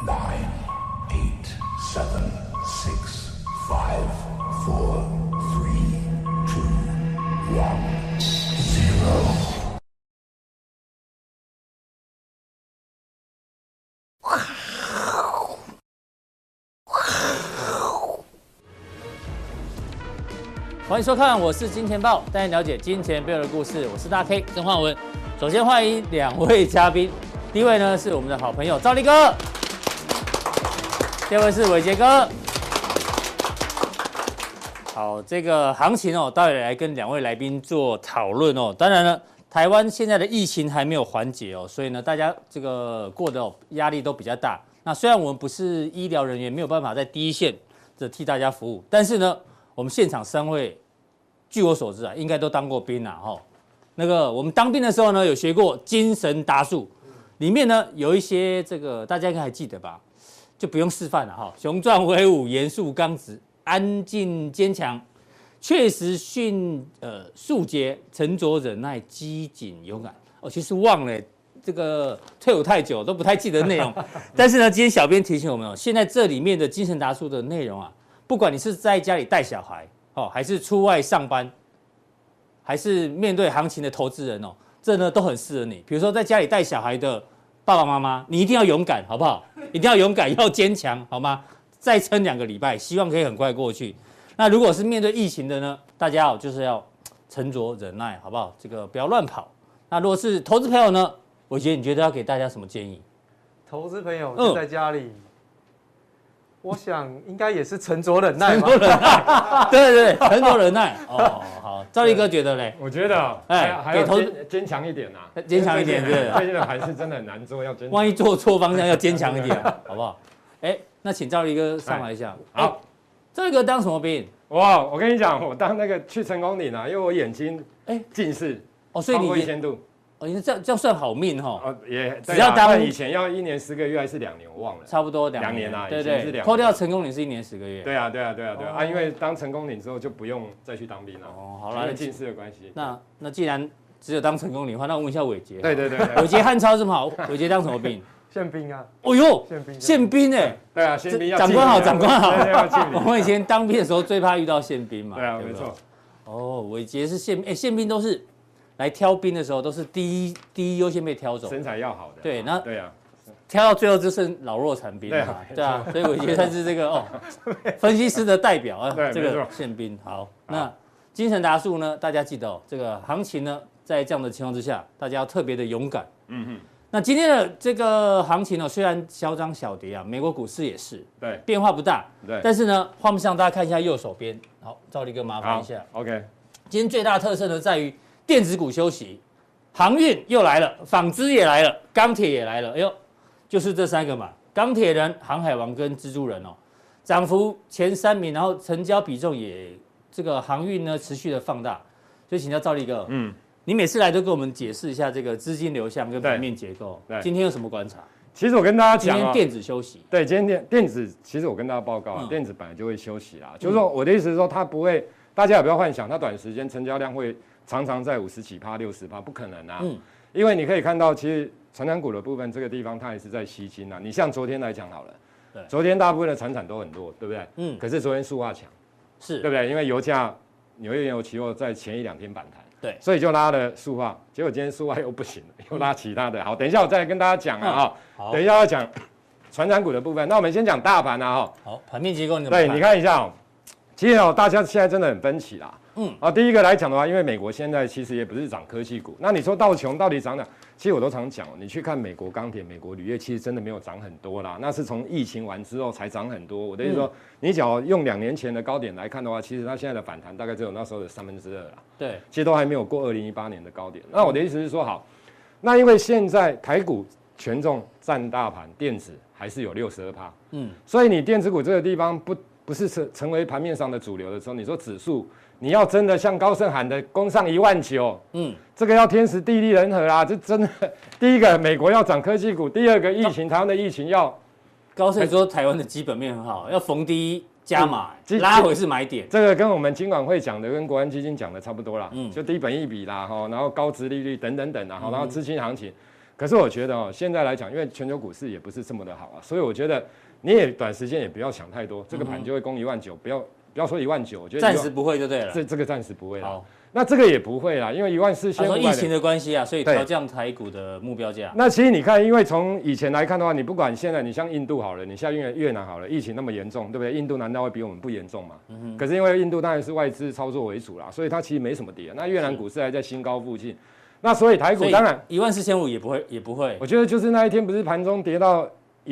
nine, eight, seven, six, five, four, three, two, one, zero. 欢迎收看，我是金钱豹，带你了解金钱背后的故事。我是大 K 曾焕文。首先欢迎两位嘉宾，第一位呢是我们的好朋友兆立哥，第二位是伟杰哥。好，这个行情哦，待会来跟两位来宾做讨论哦。当然了，台湾现在的疫情还没有缓解哦，所以呢，大家这个过的压力都比较大。那虽然我们不是医疗人员，没有办法在第一线的替大家服务，但是呢，我们现场三位，据我所知啊，应该都当过兵啊，哈。那个我们当兵的时候呢，有学过精神达数，里面呢有一些这个大家应该还记得吧？就不用示范了哈。雄壮威武，严肃刚直，安静坚强，确实素洁，沉着忍耐，机警勇敢。哦，其实忘了这个退伍太久都不太记得内容，但是呢，今天小编提醒我们哦，现在这里面的精神达数的内容啊，不管你是在家里带小孩哦，还是出外上班，还是面对行情的投资人哦，这呢都很适合你。比如说在家里带小孩的爸爸妈妈，你一定要勇敢，好不好？一定要勇敢，要坚强，好吗？再撑2个礼拜，希望可以很快过去。那如果是面对疫情的呢，大家哦就是要沉着忍耐，好不好？这个不要乱跑。那如果是投资朋友呢，我觉得你觉得要给大家什么建议？ 投资朋友就在家里。我想应该也是沉着忍耐吧。 沉着忍耐，对，沉着忍耐。哦，好，兆立哥觉得嘞？ 我觉得，还要坚强一点啊， 坚强一点，对。 最近的盘是真的很难做，要坚强。 万一做错方向，要坚强一点，好不好？那请兆立哥上来一下。 好， 兆立哥当什么兵？ 哇，我跟你讲，我当那个去成功岭啊，因为我眼睛近视， 所以你超过1000度。 你这样算好命哈。 也只要当以前要1年10个月还是2年，我忘了。 差不多2 年啊， 对，扣掉成功岭是1年10个月。 对啊，因为当成功岭之后就不用再去当兵了。 好了，因为近视的关系。 那既然只有当成功岭的话，那我问一下伟杰。 对， 伟杰汉超这么好，伟杰当什么兵？ 宪兵啊。 哦呦，宪兵哎。 对啊，宪兵要。 长官好，长官好。我们以前当兵的时候最怕遇到宪兵嘛。 对啊，没错。 伟杰是宪兵都是。来挑兵的时候都是第一优先被挑走， 身材要好的。 对， 对啊， 挑到最后就剩老弱残兵嘛。对啊，所以我觉得他是这个分析师的代表啊，这个宪兵。好，那精神达数呢？大家记得这个行情呢，在这样的情况之下，大家要特别的勇敢。那今天的这个行情呢，虽然小涨小跌啊，美国股市也是， 对， 变化不大。 对， 但是呢，画面上大家看一下右手边，好，兆立哥麻烦一下。 OK， 今天最大的特色呢，在于。电子股休息，航运又来了，纺织也来了，钢铁也来了，就是这3个嘛，钢铁人、航海王跟蜘蛛人哦，涨幅前3名，然后成交比重也这个航运呢持续的放大，所以请教兆立哥，你每次来都给我们解释一下这个资金流向跟盘面结构，今天有什么观察？ 其实我跟大家讲， 今天电子休息， 对，今天电子，其实我跟大家报告啊，电子本来就会休息啦，就是说我的意思是说，它不会，大家也不要幻想，它短时间成交量会。常常在50几%、60%，不可能啊！因为你可以看到，其实传产股的部分这个地方它也是在吸金啊。你像昨天来讲好了，昨天大部分的传产都很弱，对不对？可是昨天塑化强， 是对不对？因为油价纽约原油期货在前1、2天反弹， 对， 所以就拉了塑化，结果今天塑化又不行了，又拉其他的。好，等一下我再跟大家讲啊，等一下要讲传产股的部分。那我们先讲大盘啊， 好，盘面结构你怎么看？ 对，你看一下其实大家现在真的很分歧啦。第一个来讲的话，因为美国现在其实也不是涨科技股，那你说道琼到底涨哪？其实我都常讲，你去看美国钢铁、美国铝业，其实真的没有涨很多啦，那是从疫情完之后才涨很多。我的意思说，你只要用2年前的高点来看的话，其实它现在的反弹大概只有那时候的2/3啦。 对， 其实都还没有过2018年的高点。那我的意思是说，好，那因为现在台股权重占大盘，电子还是有62%，所以你电子股这个地方不是成为盘面上的主流的时候，你说指数。你要真的像高盛喊的攻上19000，这个要天时地利人和啦，这真的。第一个，美国要涨科技股；第二个，台湾的疫情要。 高盛说台湾的基本面很好，要逢低加码，拉回是买点。 这个跟我们金管会讲的，跟国安基金讲的差不多啦，就低本益比啦，然后高殖利率等等等啦，然后资金行情。 可是我觉得现在来讲，因为全球股市也不是这么的好啊，所以我觉得你也短时间也不要想太多，这个盘就会攻19000，不要说19000，我觉得暂时不会就对了。 这个暂时不会了。那这个也不会啦，因为14500。 他说疫情的关系啊，所以调降台股的目标价。 那其实你看，因为从以前来看的话，你不管现在你像印度好了，你像越南好了，疫情那么严重，对不对？印度难道会比我们不严重吗？可是因为印度当然是外资操作为主啦，所以它其实没什么跌。那越南股市还在新高附近，那所以台股当然 14500也不会。 我觉得就是那一天不是盘中跌到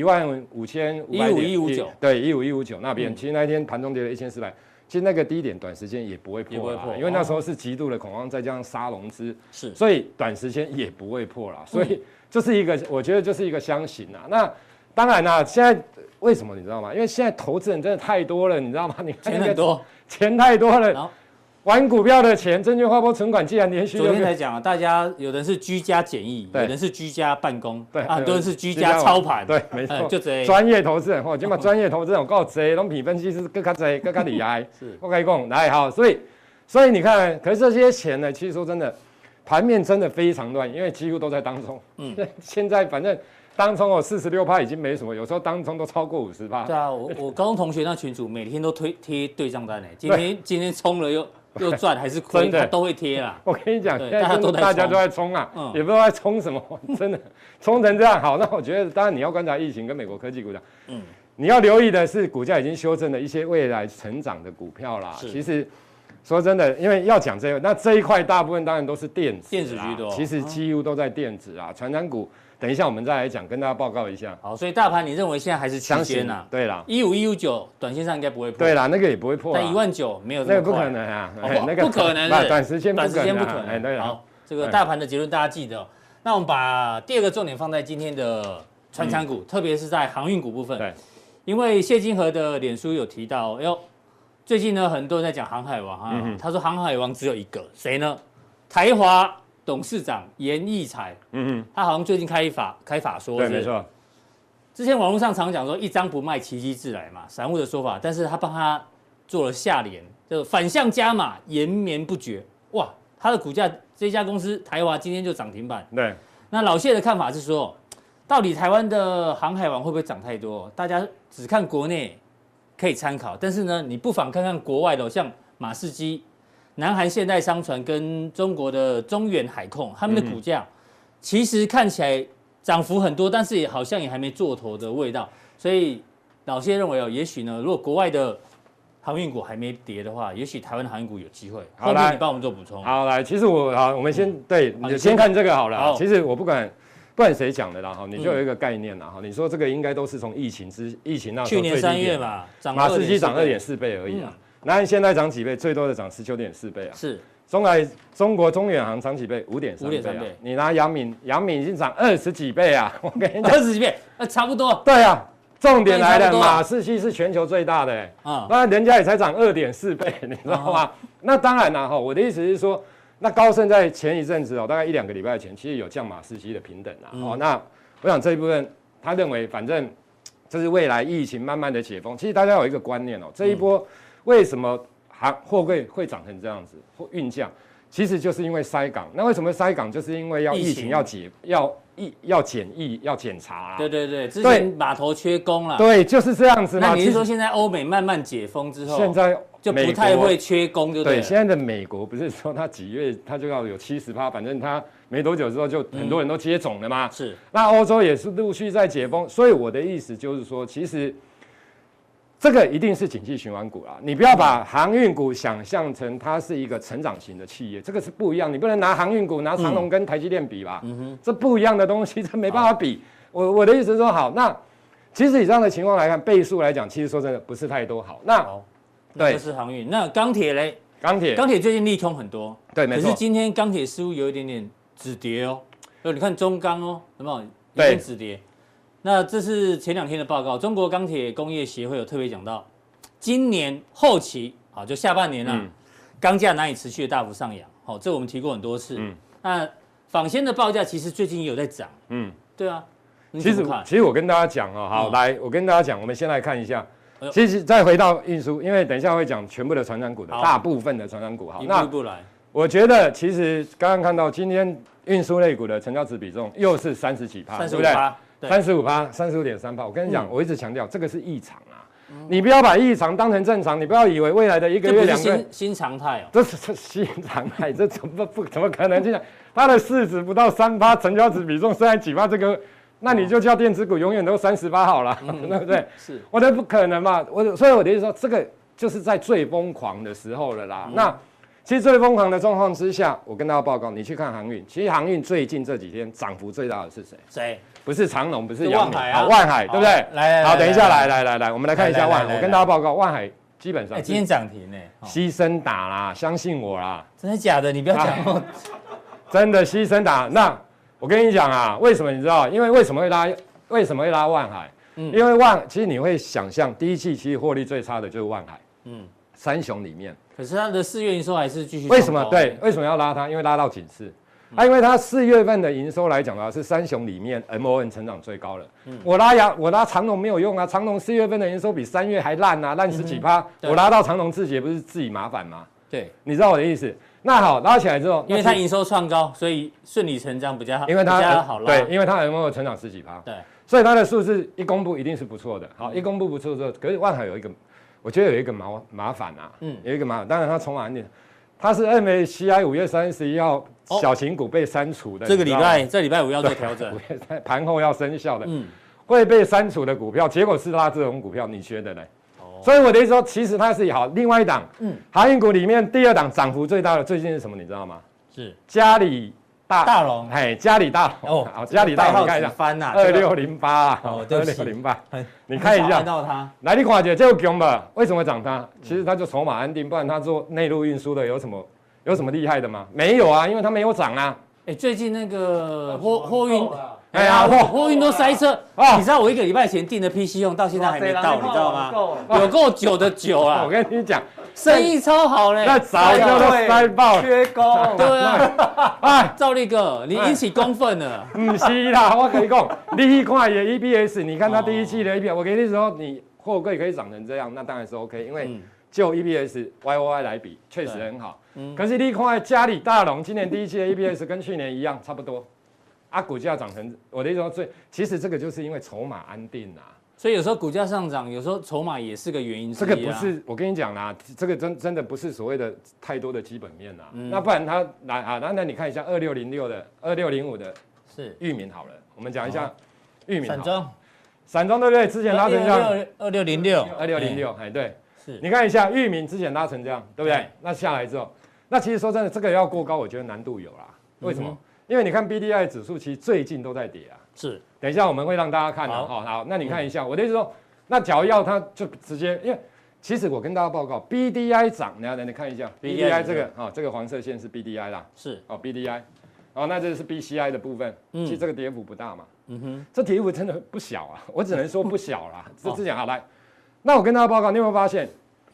15500 15159， 对15159那边，其实那一天盘中跌了1400。其实那个低点短时间也不会破啦，因为那时候是极度的恐慌，再加上杀融资， 是， 所以短时间也不会破啦。所以就是一个，我觉得就是一个箱型啊。那当然啦，现在为什么你知道吗？因为现在投资人真的太多了，你知道吗？你看钱很多， 钱太多了。玩股票的钱，证券划拨存款既然连续， 昨天才讲啊，大家有人是居家检疫，有人是居家办公， 对， 很多人是居家操盘， 对，没错， 就这专业投资人，今嘛专业投资人，我告诉你，拢比分析师更加多，更加厉害。 是， 我跟你讲，来好，所以你看，可是这些钱呢，其实说真的，盘面真的非常乱，因为几乎都在当中。现在反正当冲46%已经没什么，有时候当冲都超过50%。对啊，我高中同学那群组每天都贴对账单今天冲了又赚还是亏，他都会贴啦。 我跟你讲，现在大家都在冲啊，也不知道在冲什么，真的冲成这样。好，那我觉得当然你要观察疫情跟美国科技股的，你要留意的是股价已经修正的一些未来成长的股票啦。其实说真的，因为要讲这个，那这一块大部分当然都是电子居多，其实几乎都在电子啊，传产股。等一下我们再来讲，跟大家报告一下。 好，所以大盘你认为现在还是区间呐？ 对啦 ，15159，短线上应该不会破。 对啦，那个也不会破。 但19000没有这么快， 那个不可能啊， 那个不可能， 短时间不可能。 对，好，这个大盘的结论大家记得。那我们把第二个重点放在今天的传产股，特别是在航运股部分。对，因为谢金河的脸书有提到，最近呢很多人在讲航海王啊，他说航海王只有一个，谁呢？台华董事长严义才，他好像最近开法说， 对，没错。 之前网络上常讲说一张不卖，奇迹自来嘛，散户的说法，但是他帮他做了下联，就反向加码，延绵不绝。哇，他的股价这家公司台华今天就涨停板。 对， 那老谢的看法是说，到底台湾的航海王会不会涨太多？大家只看国内可以参考，但是呢，你不妨看看国外的，像马士基。南韩现代商船跟中国的中远海控，他们的股价其实看起来涨幅很多，但是好像也还没做头的味道。所以老谢认为也许呢，如果国外的航运股还没跌的话，也许台湾的航运股有机会。后面你帮我们做补充。 好，来，其实我们先你先看这个好了。其实我不管谁讲的啦，你就有一个概念啦。你说这个应该都是从疫情那时候去年3月嘛， 马士基涨2.4倍而已啊。南韩现在涨几倍？最多的涨19.4倍啊！ 是中国中远航涨几倍？5.3倍啊！你拿阳明已经涨20几倍啊！我跟你讲 ，20几倍，差不多。 对啊，重点来了，马士基是全球最大的那人家也才涨2.4倍，你知道吗？那当然啦，我的意思是说，那高盛在前一阵子大概1-2个礼拜前，其实有降马士基的平等啦。那我想这一部分，他认为反正这是未来疫情慢慢的解封。其实大家有一个观念这一波。为什么货柜会涨成这样子或运价？其实就是因为塞港。那为什么塞港？就是因为疫情要检疫要检查。 对，之前码头缺工了。 对，就是这样子嘛。 那你是说现在欧美慢慢解封之后， 现在就不太会缺工，就对。现在的美国不是说他几月他就要有70%，反正他没多久之后就很多人都接种了嘛。 是。 那欧洲也是陆续在解封，所以我的意思就是说，其实。这个一定是景气循环股啦，你不要把航运股想象成它是一个成长型的企业，这个是不一样。你不能拿航运股拿长荣跟台积电比吧，这不一样的东西，这没办法比。我的意思是说，好，那其实以这样的情况来看，倍数来讲，其实说真的不是太多。好， 那是航运，那钢铁嘞？钢铁最近利空很多， 对，没错。 可是今天钢铁似乎有一点点止跌哦，你看中钢有没有有点止跌？那这是前2天的报告，中国钢铁工业协会有特别讲到，今年后期就下半年钢价难以持续的大幅上扬，这我们提过很多次。那坊间的报价其实最近也有在涨，对啊。 其实我跟大家讲好，来，我跟大家讲，我们先来看一下。其实再回到运输，因为等一下会讲全部的传产股的大部分的传产股，好， 一步一步来。 我觉得其实刚刚看到今天，因运输类股的成交值比重又是30几%，对不对？35%，35.3%。我跟你讲，我一直强调这个是异常啊，你不要把异常当成正常，你不要以为未来的1个月、2个月新常态哦， 这是新常态，这怎么可能这样？它的市值不到3%，成交值比重虽然几%，这个。那你就叫电子股永远都38好了，对不对？ 是， 我的不可能嘛，所以我的意思说，这个就是在最疯狂的时候了啦。那其实最疯狂的状况之下，我跟大家报告，你去看航运，其实航运最近这几天涨幅最大的是谁？ 谁？ 不是长荣，不是阳明， 万海， 对不对？ 来， 好，等一下，来，我们来看一下万海。我跟大家报告，万海基本上今天涨停呢， 牺牲打啦，相信我啦。 真的假的？你不要讲哦。 真的牺牲打，那我跟你讲啊，为什么你知道？因为为什么会拉万海？因为其实你会想象第一季其实获利最差的就是万海，三雄里面。 可是它的4月营收还是继续。 为什么？对，为什么要拉它？因为拉到警示。因为它4月份的营收来讲的话，是三雄里面 MON 成长最高的。我拉长荣没有用啊，长荣4月份的营收比3月还烂啊，烂10几%。我拉到长荣自己也不是自己麻烦吗？ 对， 你知道我的意思。那好，拉起来之后， 因为它营收创高，所以顺理成章比较好， 因为它比较好拉。 对，因为它 MON 成长10几%。对，所以它的数字一公布一定是不错的。好，一公布不错之后，可是万海有一个，我觉得有一个麻烦啊，有一个麻烦。当然它筹码点，它是 MSCI 5月31号小型股被删除的。 这礼拜5要做调整， 盘后要生效的，会被删除的股票，结果是拉这种股票，你觉得呢？所以我的意思说，其实它是好，另外一档，航运股里面第2档涨幅最大的，最近是什么？你知道吗？ 是嘉里大龙， 嘉里大龙，好，嘉里大龙，你看一下，2608啊，2608，你看一下，来，你看一下这个强吧？为什么涨它？其实它就筹码安定，不然它做内陆运输的有什么厉害的吗？没有啊，因为它没有涨啊。 最近那个货运。货运都塞车你知道我1个礼拜前订的 PC 用到现在还没到，你知道吗？有够久的久啊！ 我跟你讲， 生意超好嘞， 那早就都塞爆了， 缺工。 对啊，赵力哥，你引起公愤了。 不是啦，我跟你讲，你看也 EPS， 你看它第一季的 EPS， 我跟你说，你货柜可以涨成这样，那当然是 OK， 因为就 EPS YOY 来比，确实很好。可是你看嘉里大龙今年第一季的 EPS 跟去年一样，差不多。股价涨成我的意思说，其实这个就是因为筹码安定啊， 所以有时候股价上涨，有时候筹码也是个原因之一啊。 这个不是我跟你讲啦，这个真的不是所谓的太多的基本面啦。那不然它那你看一下2606的2605的是裕民好了，我们讲一下裕民。散装对不对？之前拉成这样2606，哎对，是你看一下裕民之前拉成这样，对不对？那下来之后，那其实说真的，这个要过高，我觉得难度有啦。为什么？因为你看 BDI 指数其实最近都在跌啊，是。等一下我们会让大家看的，好，那你看一下，我的意思说，那假如要它就直接，因为其实我跟大家报告 ，BDI 涨，你看一下 BDI 这个这个黄色线是 BDI 啦，是BDI，那这是 BCI 的部分，其实这个跌幅不大嘛，这跌幅真的不小啊，我只能说不小啦。这之前好来，那我跟大家报告，你有没有发现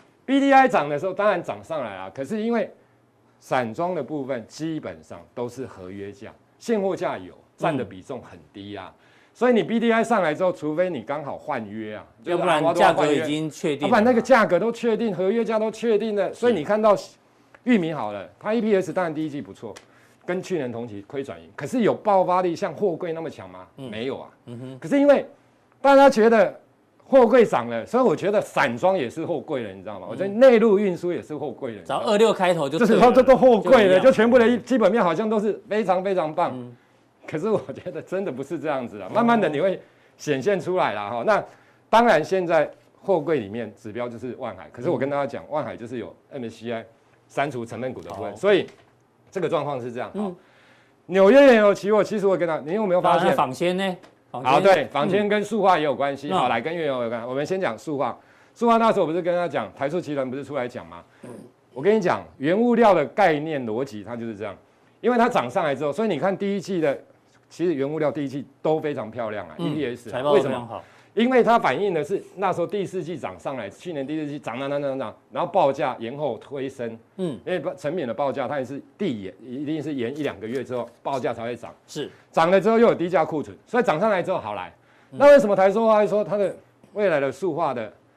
BDI 涨的时候，当然涨上来啊，可是因为散装的部分基本上都是合约价，现货价有占的比重很低啊，所以你 BDI 上来之后，除非你刚好换约啊， 要不然价格已经确定， 不然那个价格都确定，合约价都确定了，所以你看到裕民好了，它 EPS 当然第一季不错，跟去年同期亏转盈，可是有爆发力像货柜那么强吗？没有啊，可是因为大家觉得货柜涨了，所以我觉得散装也是货柜了，你知道吗？我觉得内陆运输也是货柜了。 只要26开头就是都货柜了，就全部的基本面好像都是非常非常棒。可是我觉得真的不是这样子啊，慢慢的你会显现出来啦哈。那当然现在货柜里面指标就是万海，可是我跟大家讲，万海就是有 MSCI 删除成分股的部分，所以这个状况是这样。纽约原油期货，其实我跟你有没有发现纺纤呢？ 好，对，纺纤跟塑化也有关系。好，来跟原油有关。我们先讲塑化。塑化那时候我不是跟他讲，台塑集团不是出来讲吗？我跟你讲，原物料的概念逻辑，它就是这样。因为它涨上来之后，所以你看第一季的，其实原物料第一季都非常漂亮啊 ，EPS 为什么？因为它反映的是那时候第四季涨上来，去年第四季涨，然后报价延后推升，因为成品的报价它也是一定是延1-2个月之后报价才会涨，是涨了之后又有低价库存，所以涨上来之后好来，那为什么台塑化说它的未来的塑化的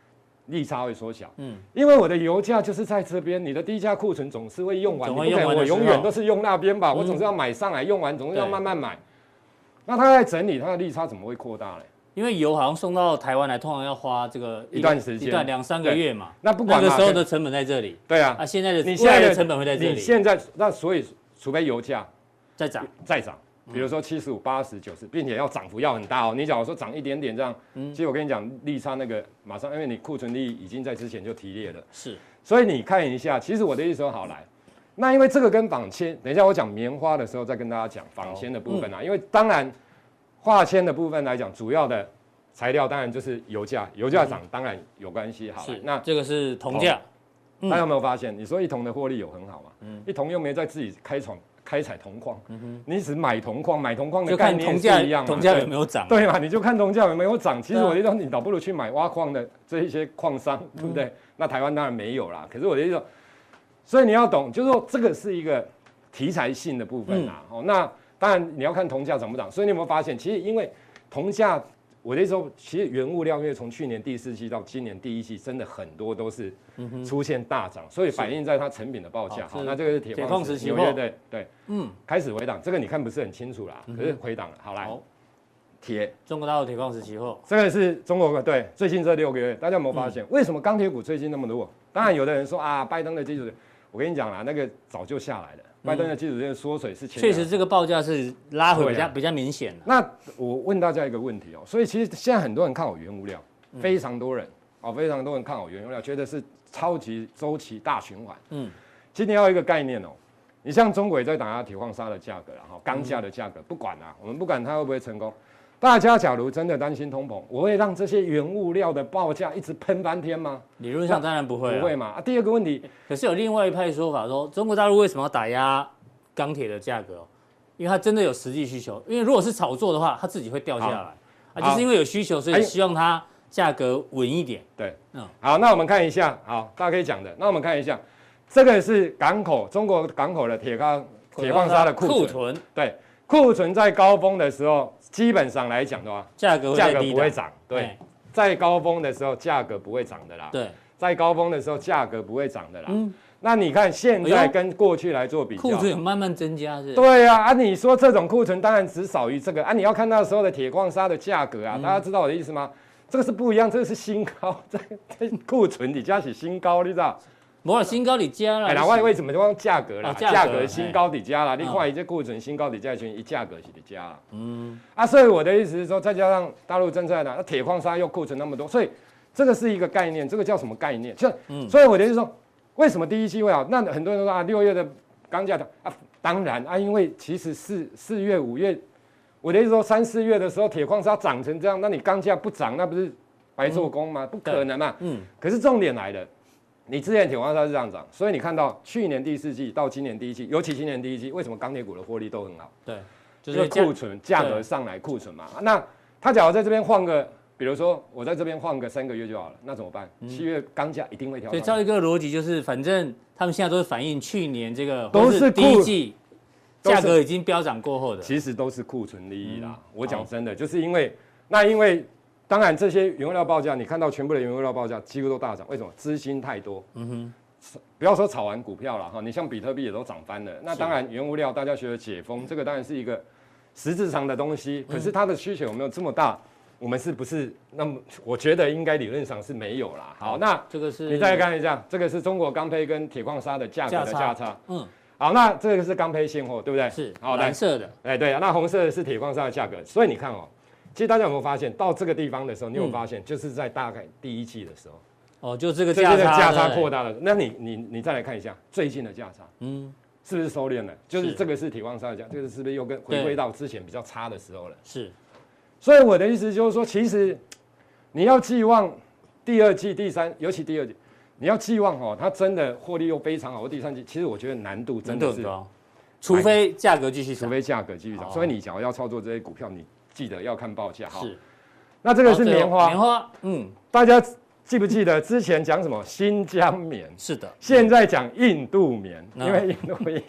利差会缩小。因为我的油价就是在这边，你的低价库存总是会用完，你不可能我永远都是用那边吧？我总是要买上来，用完总是要慢慢买。那它在整理，它的利差怎么会扩大嘞？ 因为油好像送到台湾来，通常要花这个一段时间 ，2-3个月嘛。 那不管那个时候的成本在这里。 对啊。 现在的你现在的成本会在这里。 你现在那所以，除非油价再涨， 比如说75、80、90，并且要涨幅要很大哦。你假如说涨一点点这样，其实我跟你讲，利差那个马上，因为你库存利已经在之前就提列了。 是。 所以你看一下，其实我的意思说好来，那因为这个跟纺纤，等一下我讲棉花的时候再跟大家讲纺纤的部分啊。因为当然化纤的部分来讲，主要的材料当然就是油价，油价涨当然有关系。好， 那这个是铜价， 大家有没有发现？你说一铜的获利有很好嘛？一铜又没在自己开采铜矿，你只买铜矿，买铜矿的概念是一样嘛？ 铜价有没有涨？ 对嘛？你就看铜价有没有涨。其实我的意思，你倒不如去买挖矿的这一些矿商，对不对？那台湾当然没有啦。可是我的意思，所以你要懂，就是说这个是一个题材性的部分啦。那当然你要看铜价涨不涨。所以你有没有发现，其实因为铜价，我的意思说，其实原物料因为从去年第4季到今年第1季，真的很多都是出现大涨，所以反映在它成品的报价。好，那这个是铁矿石期货，对，开始回档，这个你看不是很清楚啦，可是回档了。好，来，铁， 中国大陆铁矿石期货， 这个是中国对最近这6个月，大家有没有发现，为什么钢铁股最近那么弱？当然，有的人说啊，拜登的基础，我跟你讲啦，那个早就下来了。拜登的基础线缩水是确实这个报价是拉回比较明显的。 那我问大家一个问题哦，所以其实现在很多人看好原物料，非常多人看好原物料，觉得是超级周期大循环。今天要有一个概念哦，你像中国也在打压铁矿砂的价格啦，钢价的价格不管啦，我们不管它会不会成功。大家假如真的担心通膨，我会让这些原物料的报价一直喷翻天吗？ 理论上当然不会， 不会嘛。第二个问题， 可是有另外一派说法说，中国大陆为什么要打压钢铁的价格？因为它真的有实际需求。因为如果是炒作的话，它自己会掉下来就是因为有需求，所以希望它价格稳一点。 对，好，那我们看一下，好，大家可以讲的。那我们看一下，这个是中国港口的铁矿砂的库存，对。库存在高峰的时候，基本上来讲的话，价格不会涨。对，在高峰的时候，价格不会涨的啦。 对， 在高峰的时候，价格不会涨的啦。那你看现在跟过去来做比较， 库存有慢慢增加是？ 对啊，你说这种库存当然只少于这个你要看那时候的铁矿砂的价格啊，大家知道我的意思吗？这个是不一样，这个是新高，在库存底加起新高，你知道？ 没有新高底加了， 另外为什么就讲价格啦？价格新高底加啦，你看这库存新高底加群，一价格是底加啦。所以我的意思是说，再加上大陆政策呢，铁矿砂又库存那么多，所以这个是一个概念，这个叫什么概念？所以我的意思是说，为什么第1季会好？那很多人说6月的钢价当然因为其实4月、5月，我的意思说3、4月的时候，铁矿砂涨成这样，那你钢价不涨，那不是白做工吗？不可能嘛。可是重点来了。你之前铁矿砂是这样涨，所以你看到去年第4季到今年第1季，尤其今年第1季，为什么钢铁股的获利都很好？ 对， 就是库存价格上来，库存嘛。那他假如在这边换个，比如说我在这边换个3个月就好了，那怎么办？7月钢价一定会调。 所以照一个逻辑就是，反正他们现在都是反映去年这个都是第1季价格已经飙涨过后的， 其实都是库存利益啦。我讲真的，就是因为当然，这些原物料报价，你看到全部的原物料报价几乎都大涨，为什么？资金太多。不要说炒完股票了哈，你像比特币也都涨翻了。那当然，原物料大家觉得解封，这个当然是一个实质上的东西，可是它的需求有没有这么大？我们是不是？那么我觉得应该理论上是没有啦。好，那这个是你再来看一下，这个是中国钢坯跟铁矿砂的价格的价差。好，那这个是钢坯现货，对不对？ 是。好，蓝色的。 对，那红色的是铁矿砂的价格。所以你看其实大家有没有发现，到这个地方的时候，你有发现，就是在大概第1季的时候， 就这个价差扩大了。那你再来看一下最近的价差，是不是收敛了？就是这个是铁矿砂的价，这个是不是又回归到之前比较差的时候了？ 是。 所以我的意思就是说，其实你要寄望第2季、第3，尤其第2季，你要寄望它真的获利又非常好，或第3季，其实我觉得难度真的是高，除非价格继续涨， 所以你假如要操作这些股票，你记得要看报价。是，那这个是棉花，大家记不记得之前讲什么新疆棉？ 是的， 现在讲印度棉，因为印度疫情。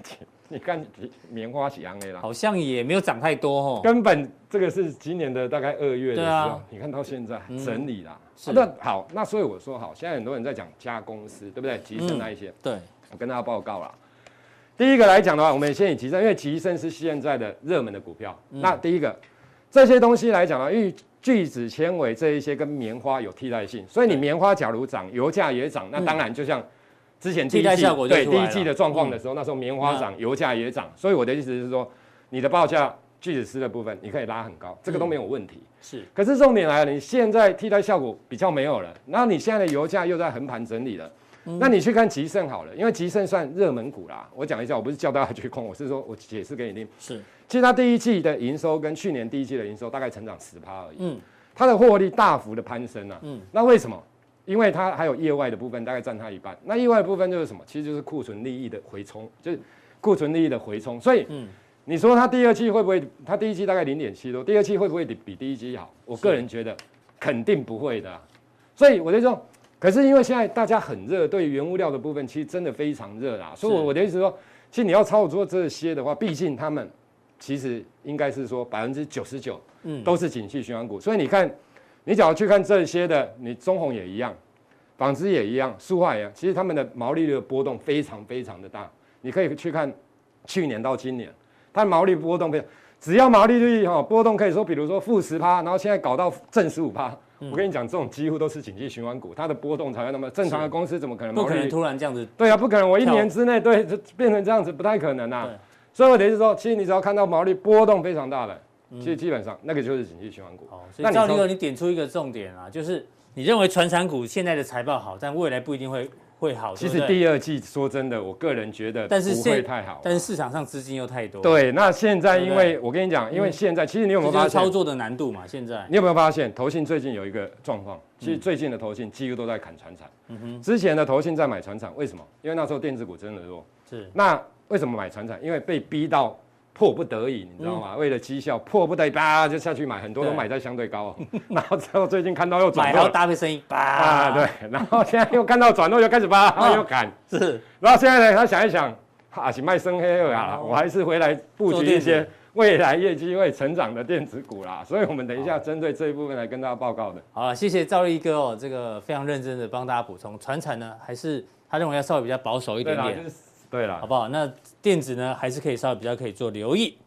你看棉花是样的啦， 好像也没有涨太多哦。 根本这个是今年的大概2月的时候， 啊、 你看到现在整理啦。 那好，那所以我说好，现在很多人在讲家公司，对不对？集盛那一些， 对， 我跟大家报告啦。第一个来讲的话，我们先以集盛，因为集盛是现在的热门的股票。那第一个这些东西来讲呢，因为聚酯纤维这一些跟棉花有替代性，所以你棉花假如涨，油价也涨，那当然就像之前第一季对第一季的状况的时候，那时候棉花涨，油价也涨，所以我的意思是说，你的报价聚酯丝的部分你可以拉很高，这个都没有问题。 是， 可是重点来了，你现在替代效果比较没有了，然后你现在的油价又在横盘整理了。那你去看集盛好了，因为集盛算热门股啦。我讲一下，我不是叫大家去空，我是说我解释给你听。 是， 其实它第一季的营收跟去年第一季的营收大概成长10%而已。它的获利大幅的攀升啊。那为什么？因为它还有业外的部分，大概占它一半。那业外的部分就是什么？其实就是库存利益的回冲，就是库存利益的回冲。所以，你说它第二季会不会？它第一季大概0.7多，第二季会不会比第一季好？我个人觉得肯定不会的。所以我就说。可是因为现在大家很热，对原物料的部分其实真的非常热啦，所以我的意思说，其实你要操作这些的话，毕竟他们其实应该是说99%都是景气循环股，所以你看，你只要去看这些的，你中鸿也一样，纺织也一样，塑化也一样，其实他们的毛利率的波动非常非常的大，你可以去看去年到今年，它的毛利波动非常，只要毛利率波动可以说，比如说-10%，然后现在搞到正15%。我跟你讲，这种几乎都是景气循环股，它的波动才会那么正常的公司怎么可能毛利？ 不可能突然这样子。 对啊，不可能，我1年之内对就变成这样子，不太可能啊。所以我的意思说，其实你只要看到毛利波动非常大的，其实基本上那个就是景气循环股。 所以赵立哥，你点出一个重点啊，就是你认为传产股现在的财报好，但未来不一定会好。 其实第二季说真的，我个人觉得不会太好。 但是市场上资金又太多。 对，那现在因为我跟你讲，因为现在其实你有没有发现操作的难度嘛？现在你有没有发现投信最近有一个状况？其实最近的投信几乎都在砍传产。之前的投信在买传产，为什么？因为那时候电子股真的弱。是。那为什么买传产？因为被逼到迫不得已，你知道吗？为了绩效，迫不得已，叭就下去买，很多都买在相对高。然后之后最近看到又转弱， 买好搭配声音，叭对，然后现在又看到转弱，又开始叭又砍。是。然后现在呢，他想一想，是卖生黑二啊，我还是回来布局一些未来业绩会成长的电子股啦。所以我们等一下针对这一部分来跟大家报告的。 好了，谢谢赵立哥哦，这个非常认真的帮大家补充。传产呢，还是他认为要稍微比较保守一点点。 对啦， 好不好？那电子呢，还是可以稍微比较可以做留意。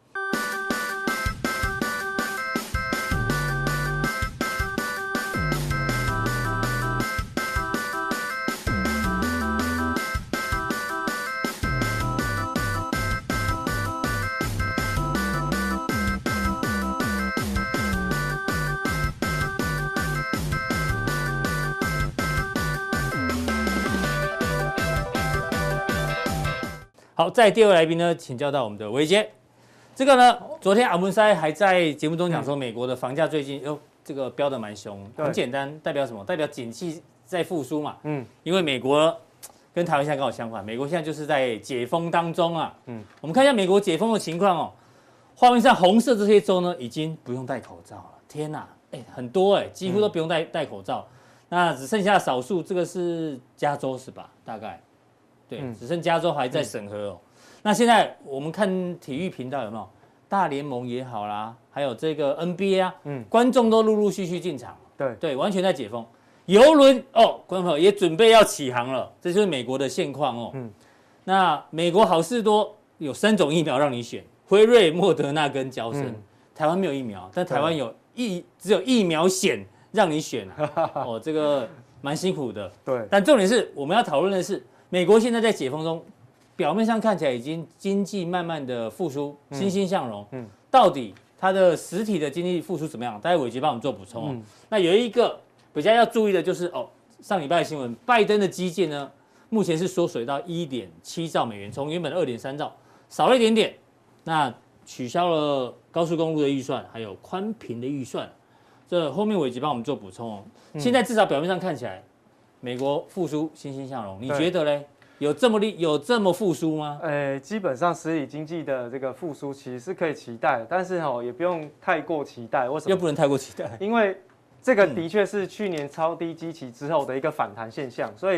好，在第二位来宾呢，请教到我们的维杰。这个呢，昨天阿文塞还在节目中讲说，美国的房价最近这个飙得蛮凶，很简单，代表什么？代表景气在复苏嘛。因为美国跟台湾现在刚好相反，美国现在就是在解封当中啊。我们看一下美国解封的情况哦。画面上红色这些州呢，已经不用戴口罩了。天哪，很多几乎都不用戴口罩。那只剩下少数，这个是加州是吧？大概。对，只剩加州还在审核哦。那现在我们看体育频道有没有大联盟也好啦，还有这个 NBA 啊，观众都陆陆续续进场。对，完全在解封。邮轮观众朋友也准备要起航了，这就是美国的现况哦。那美国好事多有3种疫苗让你选，辉瑞、莫德纳跟嬌生。台湾没有疫苗，但台湾只有疫苗险让你选啊。这个蛮辛苦的。对，但重点是我们要讨论的是。美国现在在解封中，表面上看起来已经经济慢慢的复苏，欣欣向荣。到底它的实体的经济复苏怎么样？待会伟杰帮我们做补充。那有一个比较要注意的就是上礼拜的新闻，拜登的基建呢，目前是缩水到1.7兆美元，从原本的2.3兆少了一点点。那取消了高速公路的预算，还有宽频的预算。这后面伟杰帮我们做补充。现在至少表面上看起来。美国复苏欣欣向荣，你觉得嘞？有这么复苏吗？ 基本上实体经济的这个复苏其实是可以期待的，但是也不用太过期待。为什么？ 又不能太过期待， 因为这个的确是去年超低基期之后的一个反弹现象，所以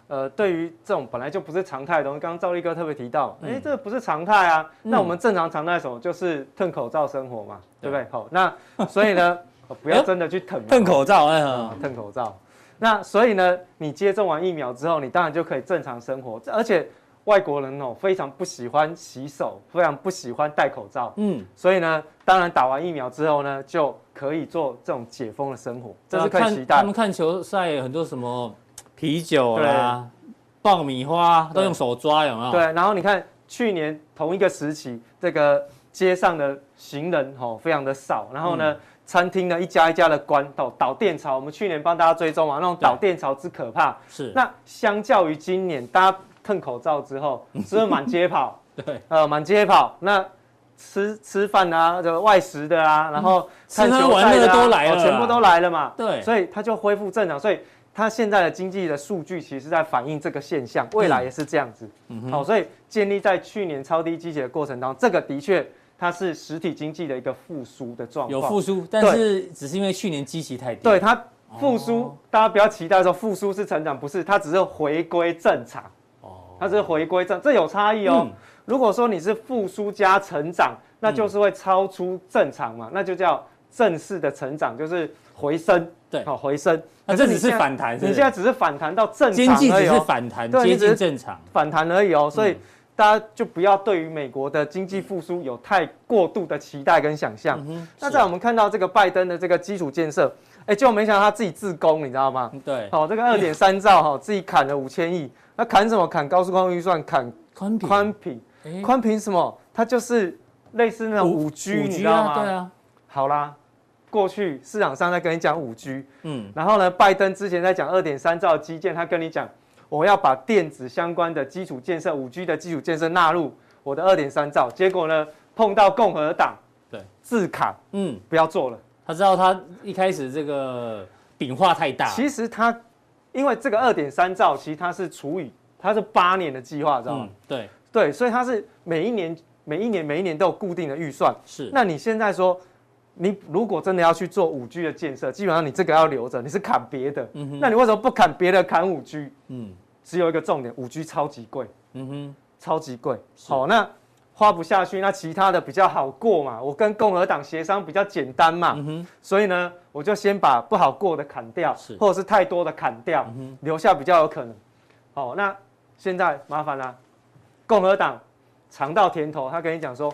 对于这种本来就不是常态的东西，刚刚赵力哥特别提到，这不是常态啊。那我们正常常态什么？就是褪口罩生活嘛，对不对？好，那所以呢，不要真的去褪口罩， 褪口罩。那所以呢，你接种完疫苗之后，你当然就可以正常生活，而且外国人非常不喜欢洗手，非常不喜欢戴口罩，所以呢，当然打完疫苗之后呢，就可以做这种解封的生活，这是可以期待。 他们看球赛很多什么啤酒啦、爆米花都用手抓，有没有？ 对，然后你看去年同一个时期，这个街上的行人非常的少，然后呢，餐厅呢一家一家的关，导电潮，我们去年帮大家追踪嘛，那种导电潮之可怕。 是。 那相较于今年，大家褪口罩之后，是不是满街跑？ 对， 满街跑，那吃饭啊，这个外食的啊，然后看球赛的、 吃喝玩乐都来了， 全部都来了嘛。 对， 所以它就恢复正常，所以它现在的经济的数据其实是在反映这个现象，未来也是这样子。好，所以建立在去年超低基期的过程当中，这个的确它是实体经济的一个复苏的状况， 有复苏，但是只是因为去年基期太低。 对，它复苏，大家不要期待说复苏是成长，不是，它只是回归正常。它只是回归正，这有差异哦。如果说你是复苏加成长，那就是会超出正常嘛，那就叫正式的成长，就是回升。 对， 好，回升。 那这只是反弹， 你现在只是反弹到正常而已， 经济只是反弹，接近正常， 反弹而已哦。所以大家就不要对于美国的经济复苏有太过度的期待跟想象。那在我们看到这个拜登的这个基础建设，结果没想到他自己自攻，你知道吗？ 对， 好，这个2.3兆自己砍了5000亿。那砍什么？砍高速公路预算，砍宽频。宽频什么？它就是类似那种5G， 你知道吗？ 对啊。 好啦，过去市场上在跟你讲5G，然后呢，拜登之前在讲2.3兆基建，他跟你讲，我要把电子相关的基础建设，5G 的基础建设纳入我的2.3兆，结果呢，碰到共和党自砍，不要做了。 他知道他一开始这个饼画太大， 其实他。因为这个2.3兆，其实它是它是8年的计划，知道吗？对，所以它是每一年都有固定的预算。 是。 那你现在说，你如果真的要去做5G 的建设，基本上你这个要留着，你是砍别的。那你为什么不砍别的，砍5G？只有一个重点，5G 超级贵。超级贵。好，那花不下去，那其他的比较好过嘛。我跟共和党协商比较简单嘛。所以呢，我就先把不好过的砍掉，或者是太多的砍掉，留下比较有可能。好，那现在麻烦啦，共和党尝到甜头，他跟你讲说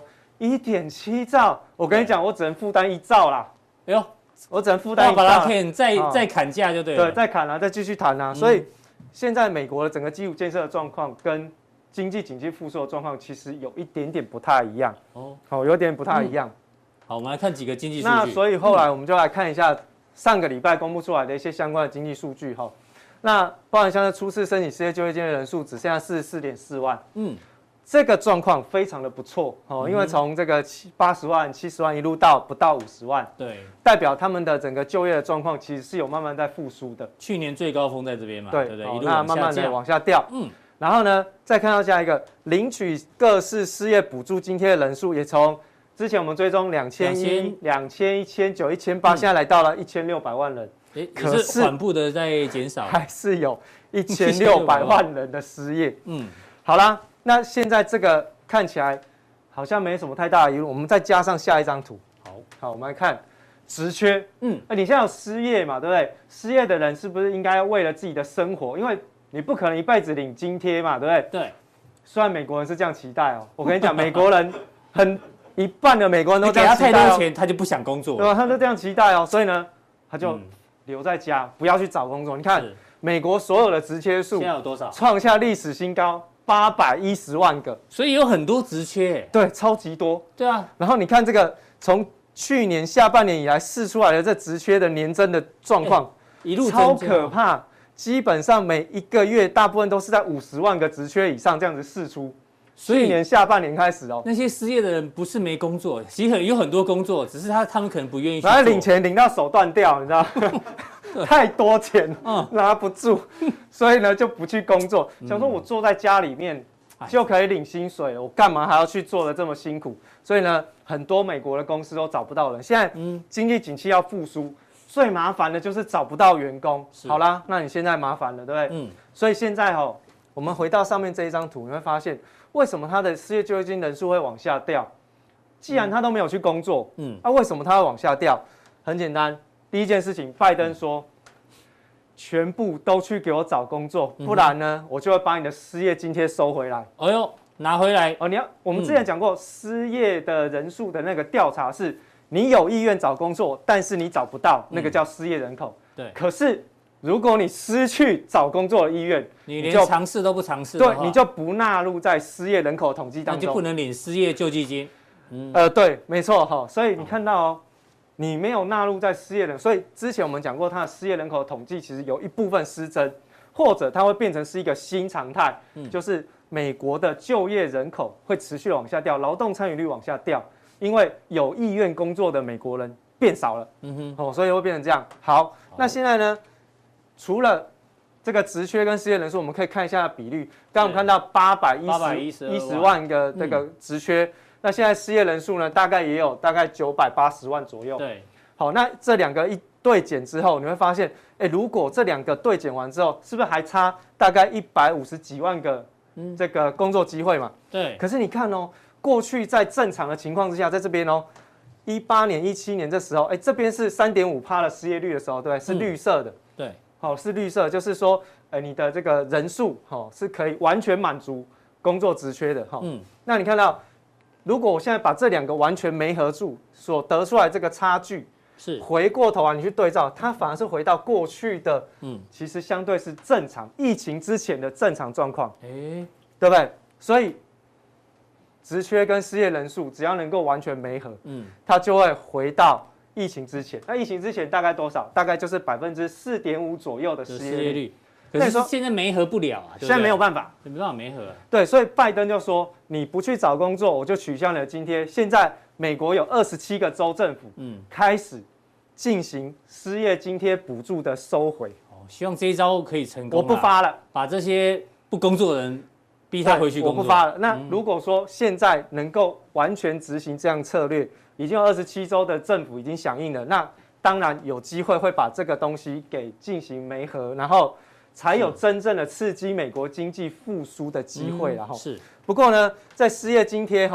1.7兆，我跟你讲，我只能负担1兆啦。哎呦，我只能负担1兆。 把它骗，再砍价就对了。 对，再砍啦，再继续谈啦。所以现在美国的整个基础建设的状况跟经济景气复苏的状况其实有一点点不太一样有点不太一样。 好，我们来看几个经济数据。 那所以后来我们就来看一下上个礼拜公布出来的一些相关的经济数据那包含像是初次申请失业就业金的人数只剩下44.4万，这个状况非常的不错因为从这个80万、70万一路到不到50万， 对， 代表他们的整个就业的状况其实是有慢慢在复苏的。 去年最高峰在这边嘛，对不对？一路那慢慢的往下掉，然后呢，再看到下一个领取各式失业补助津贴的人数，也从之前我们追踪2100、2000、1900、1800，现在来到了1600万人。 可是缓步的在减少， 还是有1600万人的失业。好啦，那现在这个看起来好像没什么太大的疑虑，我们再加上下一张图。好，我们来看职缺。你现在有失业嘛，对不对？失业的人是不是应该为了自己的生活，因为你不可能一辈子领津贴嘛，对不对？ 对。 虽然美国人是这样期待我跟你讲，美国人一半的美国人都这样期待给他太多钱，他就不想工作， 对吧？他都这样期待所以呢，他就留在家，不要去找工作。你看，美国所有的职缺数现在有多少？ 创下历史新高，810万个。 所以有很多职缺， 对，超级多。 对啊。 然后你看这个，从去年下半年以来释出来的这职缺的年增的状况， 一路超可怕。基本上每一个月大部分都是在50万个职缺以上这样子释出。所以去年下半年开始那些失业的人不是没工作，其实有很多工作，只是他们可能不愿意去做。 然后领钱领到手断掉，你知道太多钱拿不住，所以呢就不去工作，想说我坐在家里面就可以领薪水了，我干嘛还要去做的这么辛苦？所以呢，很多美国的公司都找不到人。现在经济景气要复苏， 最麻烦的就是找不到员工。好啦，那你现在麻烦了，对不对？所以现在我们回到上面这一张图，你会发现为什么他的失业救济金人数会往下掉？既然他都没有去工作，那为什么他会往下掉？很简单，第一件事情，拜登说，全部都去给我找工作，不然呢，我就会把你的失业津贴收回来。 哎呦，拿回来哦！我们之前讲过，失业的人数的那个调查是，你有意愿找工作，但是你找不到，那个叫失业人口。 对。 可是如果你失去找工作的意愿， 你连尝试都不尝试， 对，你就不纳入在失业人口统计当中， 那就不能领失业救济金。 对，没错哈。所以你看到你没有纳入在失业人，所以之前我们讲过，它的失业人口统计其实有一部分失真，或者它会变成是一个新常态，就是美国的就业人口会持续往下掉，劳动参与率往下掉，因为有意愿工作的美国人变少了，所以会变成这样。好，那现在呢，除了这个职缺跟失业人数，我们可以看一下比率。刚刚我们看到810万个这个职缺。那现在失业人数呢，大概也有大概980万左右。 对， 好，那这两个一对减之后，你会发现，如果这两个对减完之后，是不是还差大概150几万个这个工作机会嘛？ 对。 可是你看过去在正常的情况之下，在这边18年、17年这时候，这边是3.5%的失业率的时候，对不对？是绿色的。 对。 好，是绿色，就是说，你的这个人数是可以完全满足工作职缺的那你看到。如果我现在把这两个完全没合住所得出来这个差距， 是回过头你去对照，它反而是回到过去的，其实相对是正常疫情之前的正常状况，对不对？所以职缺跟失业人数只要能够完全没合，它就会回到疫情之前。那疫情之前大概多少？大概就是4.5%左右的失业率。 可是现在没合不了啊， 现在没有办法， 没办法没合。 对，所以拜登就说，你不去找工作，我就取消你的津贴。现在美国有27个州政府，开始进行失业津贴补助的收回。 希望这一招可以成功。 我不发了， 把这些不工作的人逼他回去工作。 我不发了。那如果说现在能够完全执行这样策略，已经有27州的政府已经响应了，那当然有机会会把这个东西给进行媒合，然后。才有真正的刺激美国经济复苏的机会啦。 是。 不过呢，在失业津贴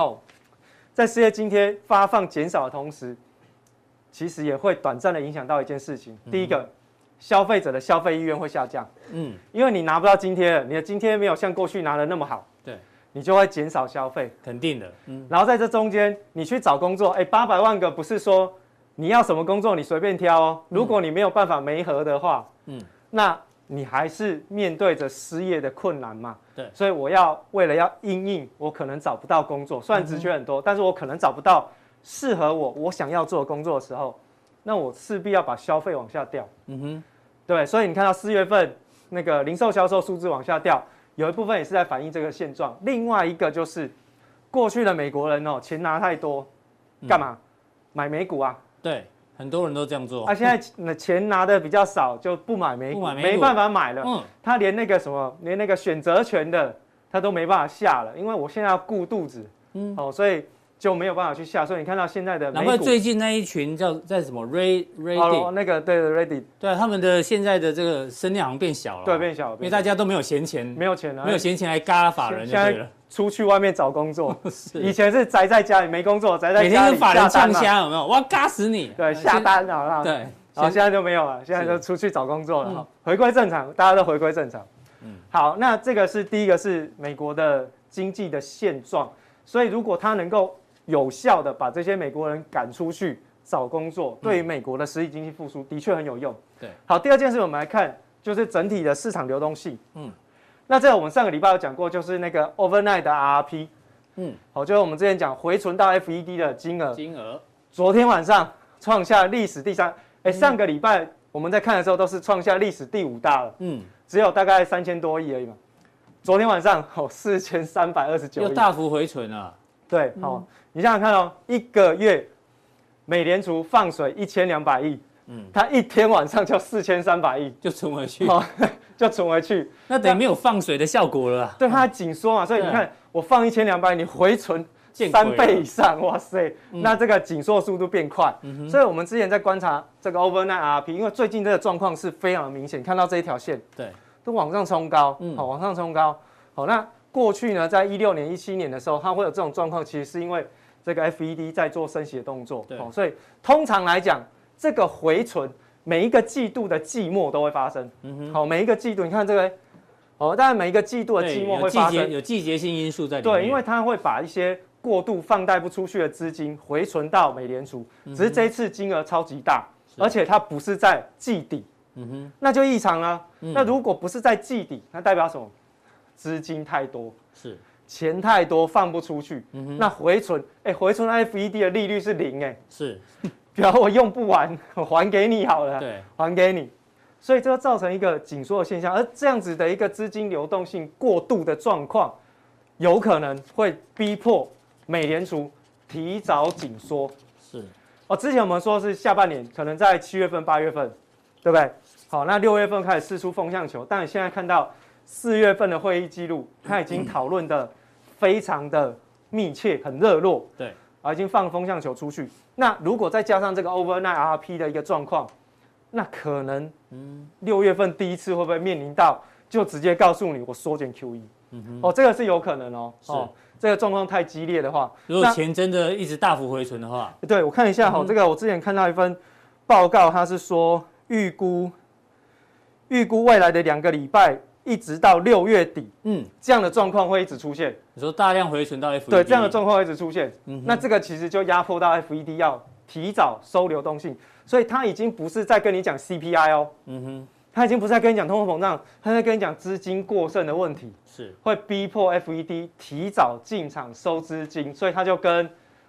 发放减少的同时，其实也会短暂的影响到一件事情。第一个，消费者的消费意愿会下降。因为你拿不到津贴了，你的津贴没有像过去拿的那么好。 对。 你就会减少消费。 肯定的。 然后在这中间，你去找工作，800万个不是说你要什么工作你随便挑哦。如果你没有办法媒合的话，那你还是面对着失业的困难嘛？ 对， 所以为了要因应，我可能找不到工作，虽然职缺很多，但是我可能找不到适合我想要做的工作的时候，那我势必要把消费往下调。对，所以你看到4月份那个零售销售数字往下掉，有一部分也是在反映这个现状。另外一个就是过去的美国人钱拿太多，干嘛？买美股啊？ 对。很多人都这样做。 现在钱拿的比较少，就不买美股，没办法买了。他连那个选择权的，他都没办法下了，因为我现在要顾肚子，所以就没有办法去下。所以你看到现在的美股， 难怪最近那一群在什么 Reddit 那个对 Reddit， 对他们的现在的这个声量好像变小了。 对，变小了， 因为大家都没有闲钱， 没有钱了， 没有闲钱来嘎法人就对了。 出去外面找工作，以前是宅在家里没工作，宅在家里每天跟法人呛虾，有没有？我要嘎死你！ 对，下单好不好？ 对， 好，现在就没有了，现在就出去找工作了，回归正常，大家都回归正常。好，那这个是第一个是美国的经济的现状，所以如果他能够有效的把这些美国人赶出去找工作，对于美国的实体经济复苏的确很有用。 对， 好，第二件事我们来看就是整体的市场流动性。那这我们上个礼拜有讲过，就是那个 overnight 的 RRP，好，就是我们之前讲回存到 FED 的金额，昨天晚上创下历史第3，上个礼拜我们在看的时候都是创下历史第5大了，只有大概3000多亿而已嘛。昨天晚上4329亿， 又大幅回存了。 对，好，你想想看一个月美联储放水1200亿，它一天晚上就4300亿， 就存回去。 就存回去， 那等于没有放水的效果了。 对，它紧缩嘛，所以你看，我放1200亿，你回存 3倍以上，哇塞，那这个紧缩速度变快，所以我们之前在观察这个 overnight RRP， 因为最近这个状况是非常的明显，看到这一条线， 对， 都往上冲高，好，往上冲高，好，那过去呢，在16年、17年的时候，它会有这种状况，其实是因为这个 FED 在做升息的动作，好，所以通常来讲，这个回存每一个季度的季末都会发生，好，每一个季度，你看这个。哦，当然每一个季度的季末会发生有季节性因素在里面。 对，因为它会把一些过度放贷不出去的资金回存到美联储，只是这一次金额超级大，而且它不是在季底，那就异常了。那如果不是在季底，那代表什么？资金太多， 是钱太多放不出去，那回存，回存 FED 的利率是0， 是， 比如我用不完，我还给你好了， 对， 还给你。所以这造成一个紧缩的现象，而这样子的一个资金流动性过度的状况，有可能会逼迫美联储提早紧缩。 是， 之前我们说是下半年，可能在7月份、8月份，对不对？好，那6月份开始释出风向球，但你现在看到4月份的会议记录，它已经讨论的非常的密切，很热络， 对， 已经放风向球出去。那如果再加上这个 overnight RRP 的一个状况，那可能，6月份第一次会不会面临到就直接告诉你我缩减 QE？这个是有可能哦。这个状况太激烈的话， 如果钱真的一直大幅回存的话， 对我看一下这个我之前看到一份报告，它是说预估未来的2个礼拜一直到6月底，这样的状况会一直出现。 你说大量回存到 FED， 对，这样的状况会一直出现，那这个其实就压迫到 FED 要提早收流动性。所以他已经不是在跟你讲 CPI 哦，他已经不是在跟你讲通货膨胀，他在跟你讲资金过剩的问题， 是会逼迫 FED 提早进场收资金，所以他就跟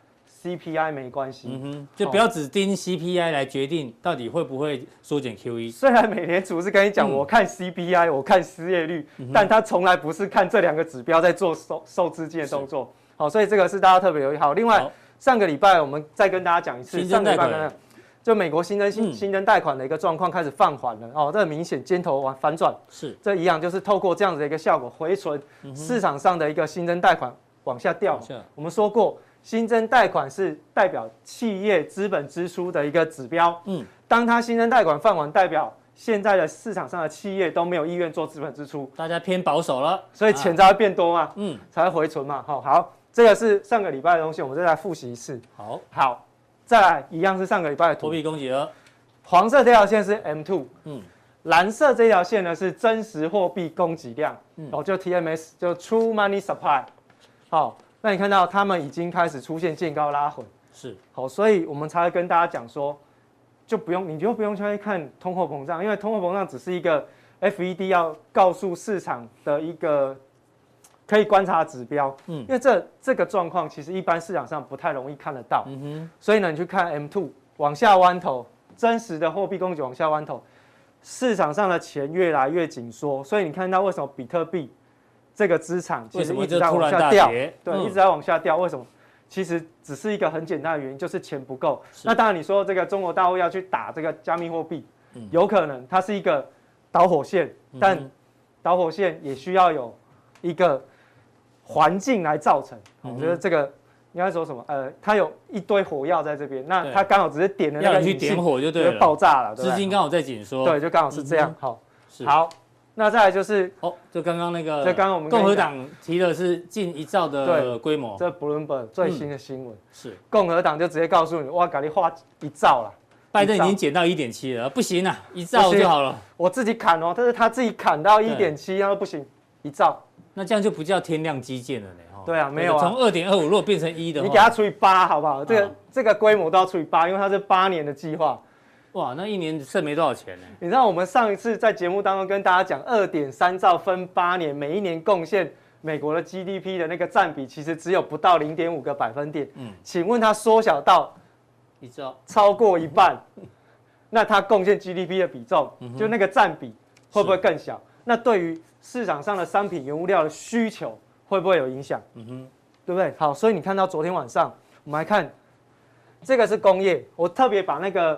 CPI 没关系， 就不要只盯 CPI 来决定到底会不会缩减 QE。 虽然美联储是跟你讲我看 CPI，我看失业率，但他从来不是看这2个指标在做收资金的动作，好，所以这个是大家特别留意。好，另外上个礼拜我们再跟大家讲一次，上个礼拜就美国新增贷款的一个状况开始放缓了，这很明显尖头反转， 是这一样就是透过这样子的一个效果回存，市场上的一个新增贷款往下掉。我们说过，新增贷款是代表企业资本支出的一个指标，当它新增贷款放缓，代表现在的市场上的企业都没有意愿做资本支出， 大家偏保守了， 所以钱才会变多嘛，才会回存嘛。好，这个是上个礼拜的东西，我们再来复习一次。好。再来一样是上个礼拜的图， 货币供给额， 黄色这条线是 M2，蓝色这条线呢是真实货币供给量，就 TMS， 就 True Money Supply。好，那你看到他们已经开始出现见高拉回， 是， 好，所以我们才会跟大家讲说，你就不用去看通货膨胀，因为通货膨胀只是一个 FED 要告诉市场的一个可以观察的指标，因为这个状况其实一般市场上不太容易看得到，所以呢，你去看 M2 往下弯头，真实的货币供给往下弯头，市场上的钱越来越紧缩，所以你看到为什么比特币这个资产其实一直在往下掉，对，一直在往下掉，为什么？其实只是一个很简单的原因，就是钱不够。那当然你说这个中国大陆要去打这个加密货币，有可能它是一个导火线，但导火线也需要有一个环境来造成，我觉得这个应该说什么？它有一堆火药在这边，那它刚好只是点了那个要你去点火就对了， 爆炸了， 资金刚好在紧缩， 对，就刚好是这样。好，那再来就是就刚刚那个， 就刚刚我们共和党提的是近1兆的规模， 这 Bloomberg 最新的新闻是共和党就直接告诉你，哇，给你花1兆了， 拜登已经减到1.7了，不行啊，1兆就好了， 我自己砍但是他自己砍到1.7，他说不行，1兆。 那这样就不叫天量基建了呢。 对啊，没有啊。 从2.25如果变成1的话， 你给它除以8好不好？这个规模都要除以8，因为它是8年的计划。 哇，那1年剩没多少钱呢？ 你知道我们上一次在节目当中跟大家讲2.3兆分8年，每一年贡献美国的 GDP 的那个占比，其实只有不到0.5个百分点。请问它缩小到 1兆， 超过1半，那它贡献 GDP 的比重，就那个占比会不会更小？那对于市场上的商品原物料的需求会不会有影响？对不对？好，所以你看到昨天晚上，我们来看这个是工业，我特别把那个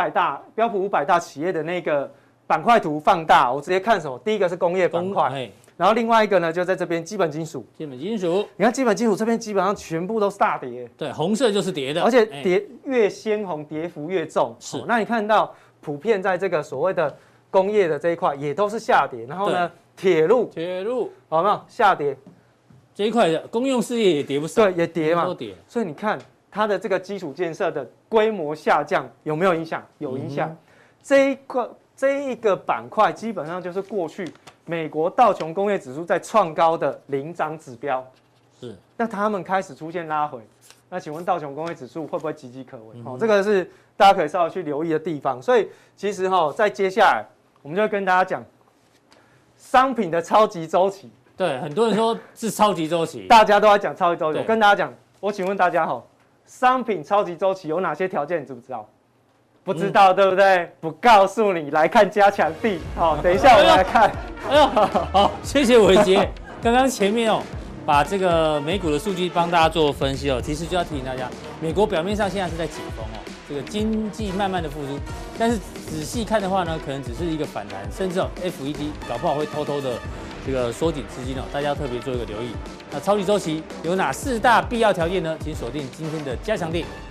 标普500大企业的那个板块图放大，我直接看什么？第一个是工业板块， 然后另外一个呢，就在这边基本金属。 基本金属， 你看基本金属这边基本上全部都是大跌， 对，红色就是跌的， 而且跌越鲜红，跌幅越重。 是， 那你看到普遍在这个所谓的工业的这一块也都是下跌，然后呢，铁路好没有下跌？ 这一块的公用事业也跌不少， 对，也跌嘛， 都跌。 所以你看它的这个基础建设的规模下降有没有影响？有影响。这一个板块基本上就是过去美国道琼工业指数在创高的领涨指标， 是。 那他们开始出现拉回，那请问道琼工业指数会不会岌岌可危？这个是大家可以稍微去留意的地方。所以其实在接下来我们就会跟大家讲商品的超级周期。 对，很多人说是超级周期， 大家都在讲超级周期。我跟大家讲，我请问大家商品超级周期有哪些条件？你知不知道？不知道，对不对？不告诉你，来看加强地。好，等一下我们来看。 哎呦，好，谢谢伟杰。刚刚前面把这个美股的数据帮大家做分析其实就要提醒大家，美国表面上现在是在解封这个经济慢慢的复苏，但是仔细看的话呢，可能只是一个反弹，甚至FED 搞不好会偷偷的这个缩紧资金大家要特别做一个留意。那超级周期有哪4大必要条件呢？请锁定今天的加强地。